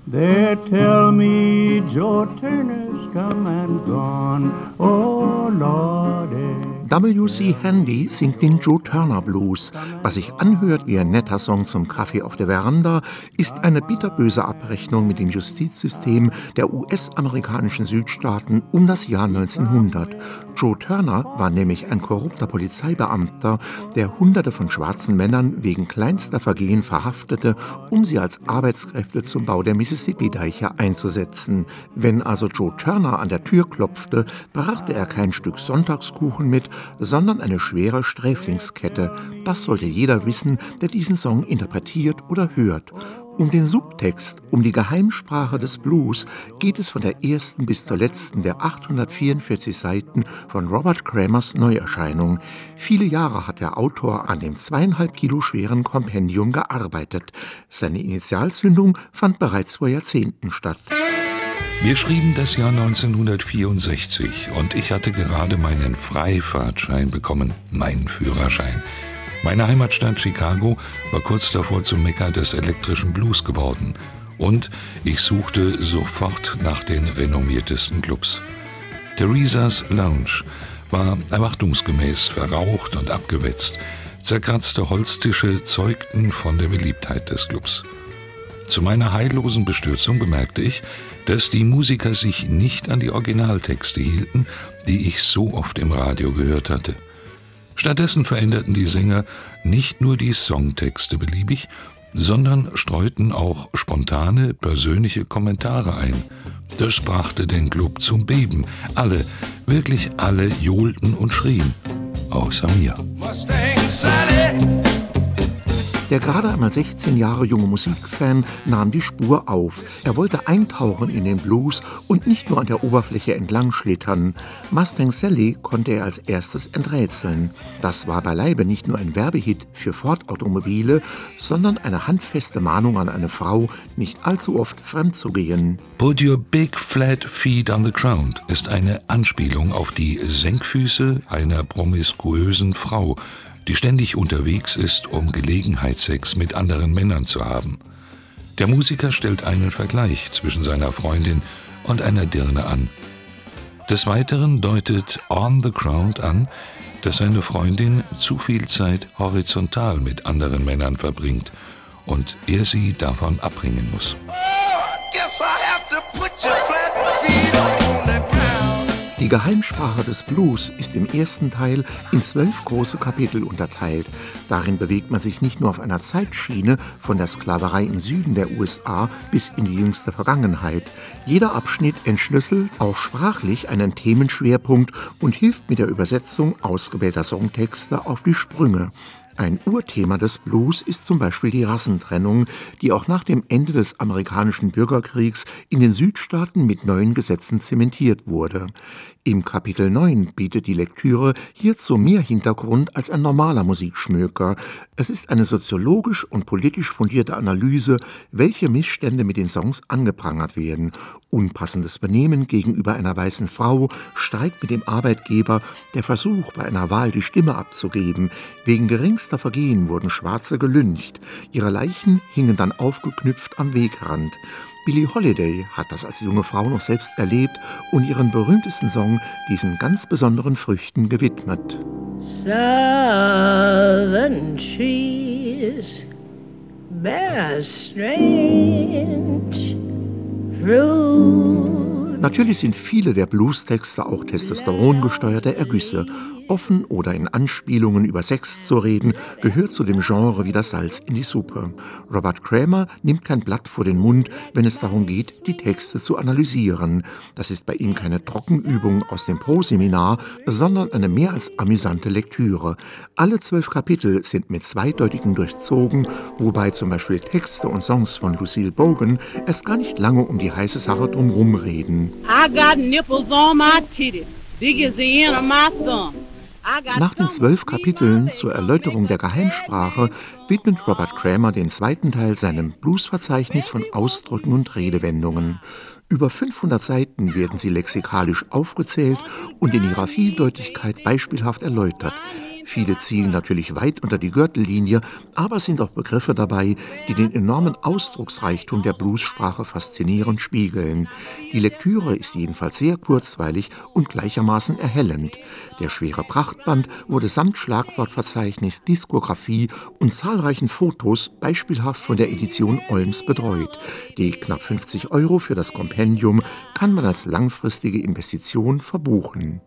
They tell me Joe Turner's come and gone, oh Lordy. W.C. Handy singt den Joe Turner Blues. Was sich anhört wie ein netter Song zum Kaffee auf der Veranda, ist eine bitterböse Abrechnung mit dem Justizsystem der US-amerikanischen Südstaaten um das Jahr 1900. Joe Turner war nämlich ein korrupter Polizeibeamter, der Hunderte von schwarzen Männern wegen kleinster Vergehen verhaftete, um sie als Arbeitskräfte zum Bau der Mississippi-Deiche einzusetzen. Wenn also Joe Turner an der Tür klopfte, brachte er kein Stück Sonntagskuchen mit, sondern eine schwere Sträflingskette. Das sollte jeder wissen, der diesen Song interpretiert oder hört. Um den Subtext, um die Geheimsprache des Blues geht es von der ersten bis zur letzten der 844 Seiten von Robert Cramers Neuerscheinung. Viele Jahre hat der Autor an dem 2,5 Kilo schweren Kompendium gearbeitet. Seine Initialzündung fand bereits vor Jahrzehnten statt. Wir schrieben das Jahr 1964 und ich hatte gerade meinen Freifahrtschein bekommen, meinen Führerschein. Meine Heimatstadt Chicago war kurz davor zum Mekka des elektrischen Blues geworden und ich suchte sofort nach den renommiertesten Clubs. Theresa's Lounge war erwartungsgemäß verraucht und abgewetzt. Zerkratzte Holztische zeugten von der Beliebtheit des Clubs. Zu meiner heillosen Bestürzung bemerkte ich, dass die Musiker sich nicht an die Originaltexte hielten, die ich so oft im Radio gehört hatte. Stattdessen veränderten die Sänger nicht nur die Songtexte beliebig, sondern streuten auch spontane, persönliche Kommentare ein. Das brachte den Club zum Beben. Alle, wirklich alle johlten und schrien. Außer mir. Mustang Sally. Der gerade einmal 16 Jahre junge Musikfan nahm die Spur auf. Er wollte eintauchen in den Blues und nicht nur an der Oberfläche entlang schlittern. Mustang Sally konnte er als erstes enträtseln. Das war beileibe nicht nur ein Werbehit für Ford-Automobile, sondern eine handfeste Mahnung an eine Frau, nicht allzu oft fremd zu gehen. Put your big flat feet on the ground ist eine Anspielung auf die Senkfüße einer promiskuösen Frau, die ständig unterwegs ist, um Gelegenheitssex mit anderen Männern zu haben. Der Musiker stellt einen Vergleich zwischen seiner Freundin und einer Dirne an. Des Weiteren deutet On the Ground an, dass seine Freundin zu viel Zeit horizontal mit anderen Männern verbringt und er sie davon abbringen muss. Die Geheimsprache des Blues ist im ersten Teil in 12 große Kapitel unterteilt. Darin bewegt man sich nicht nur auf einer Zeitschiene von der Sklaverei im Süden der USA bis in die jüngste Vergangenheit. Jeder Abschnitt entschlüsselt auch sprachlich einen Themenschwerpunkt und hilft mit der Übersetzung ausgewählter Songtexte auf die Sprünge. Ein Urthema des Blues ist zum Beispiel die Rassentrennung, die auch nach dem Ende des amerikanischen Bürgerkriegs in den Südstaaten mit neuen Gesetzen zementiert wurde. Im Kapitel 9 bietet die Lektüre hierzu mehr Hintergrund als ein normaler Musikschmöker. Es ist eine soziologisch und politisch fundierte Analyse, welche Missstände mit den Songs angeprangert werden. Unpassendes Benehmen gegenüber einer weißen Frau, Streit mit dem Arbeitgeber, der Versuch, bei einer Wahl die Stimme abzugeben. Wegen geringster Vergehen wurden Schwarze gelyncht. Ihre Leichen hingen dann aufgeknüpft am Wegrand. Billie Holiday hat das als junge Frau noch selbst erlebt und ihren berühmtesten Song diesen ganz besonderen Früchten gewidmet. Southern trees bear strange fruit. Natürlich sind viele der Bluestexte auch testosterongesteuerte Ergüsse. Offen oder in Anspielungen über Sex zu reden, gehört zu dem Genre wie das Salz in die Suppe. Robert Cramer nimmt kein Blatt vor den Mund, wenn es darum geht, die Texte zu analysieren. Das ist bei ihm keine Trockenübung aus dem Proseminar, sondern eine mehr als amüsante Lektüre. Alle 12 Kapitel sind mit Zweideutigen durchzogen, wobei zum Beispiel Texte und Songs von Lucille Bogan erst gar nicht lange um die heiße Sache drumherum reden. I got nipples on my titties, big as the end of my thumb. Nach den 12 Kapiteln zur Erläuterung der Geheimsprache widmet Robert Cramer den zweiten Teil seinem Bluesverzeichnis von Ausdrücken und Redewendungen. Über 500 Seiten werden sie lexikalisch aufgezählt und in ihrer Vieldeutigkeit beispielhaft erläutert. Viele zielen natürlich weit unter die Gürtellinie, aber es sind auch Begriffe dabei, die den enormen Ausdrucksreichtum der Bluessprache faszinierend spiegeln. Die Lektüre ist jedenfalls sehr kurzweilig und gleichermaßen erhellend. Der schwere Prachtband wurde samt Schlagwortverzeichnis, Diskografie und zahlreichen Fotos beispielhaft von der Edition Olms betreut. Die knapp 50 € für das Kompendium kann man als langfristige Investition verbuchen.